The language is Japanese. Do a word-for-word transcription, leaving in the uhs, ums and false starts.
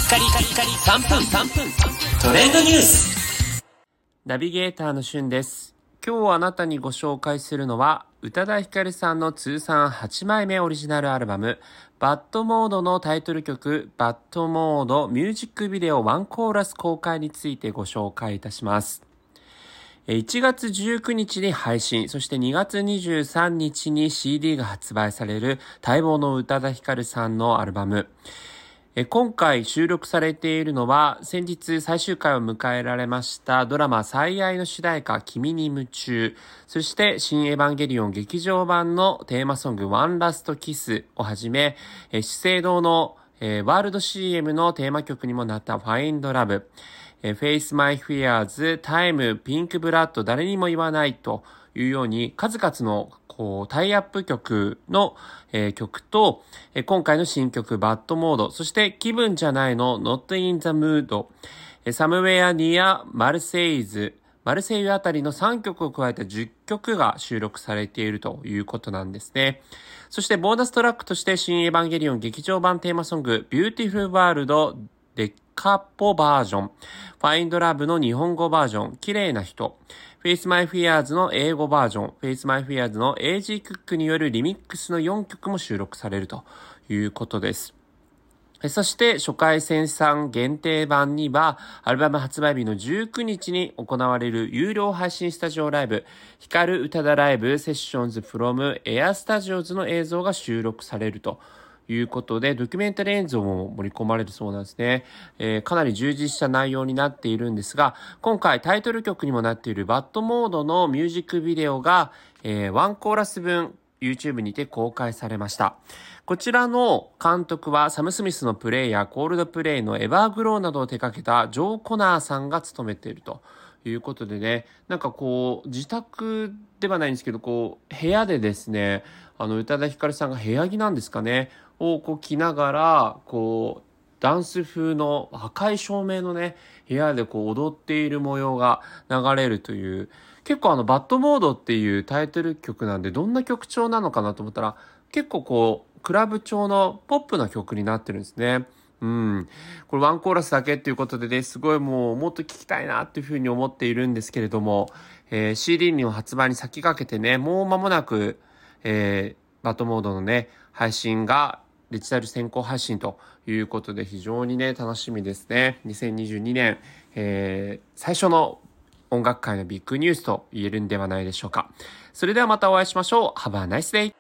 カリカリカリさんぷんさんぷんトレンドニュース。 ナビゲーターのしゅんです。今日あなたにご紹介するのは宇多田ヒカルさんの通算はちまいめオリジナルアルバムバッドモードのタイトル曲バッドモードミュージックビデオワンコーラス公開についてご紹介いたします。いちがつじゅうくにちに配信、そしてにがつにじゅうさんにちに シーディー が発売される待望の宇多田ヒカルさんのアルバム。今回収録されているのは先日最終回を迎えられましたドラマ最愛の主題歌君に夢中、そして新エヴァンゲリオン劇場版のテーマソングワンラストキスをはじめ、資生堂のワールド シーエム のテーマ曲にもなったファインドラブ、Face My Fears、Time、ピンクブラッド、誰にも言わないというように数々のこうタイアップ曲の、えー、曲と、えー、今回の新曲バッドモード、そして気分じゃないの Not in the Mood、えー、Somewhere Near Marseille、マルセイユあたりのさんきょくを加えたじゅっきょくが収録されているということなんですね。そしてボーナストラックとして新エヴァンゲリオン劇場版テーマソング Beautiful World デカポバージョン、Find Love の日本語バージョン、綺麗な人、Face My Fears の英語バージョン、Face My Fears の エージー クックによるリミックスのよんきょくも収録されるということです。そして初回生産限定版にはアルバム発売日のじゅうくにちに行われる有料配信スタジオライブヒカル宇多田ライブセッションズ from Air Studios の映像が収録されるということで、ドキュメンタリー映像も盛り込まれるそうなんですね。えー、かなり充実した内容になっているんですが、今回タイトル曲にもなっているバッドモードのミュージックビデオが、えー、ワンコーラス分 YouTube にて公開されました。こちらの監督はサム・スミスのプレイやコールドプレイのエバーグローなどを手掛けたジョー・コナーさんが務めているということでね、なんかこう自宅ではないんですけど、こう部屋でですね、あの宇多田ヒカルさんが部屋着なんですかねをこう着ながらこうダンス風の赤い照明のね部屋でこう踊っている模様が流れるという、結構あのバッドモードっていうタイトル曲なんでどんな曲調なのかなと思ったら結構こうクラブ調のポップな曲になってるんですね。うん。これワンコーラスだけっていうことでね、すごいもうもっと聴きたいなっていうふうに思っているんですけれども、えー、シーディー の発売に先駆けてね、もう間もなく、えー、バッドモードのね、配信がデジタル先行配信ということで非常にね、楽しみですね。にせんにじゅうにねん、えー、最初の音楽界のビッグニュースと言えるんではないでしょうか。それではまたお会いしましょう。Have a nice day!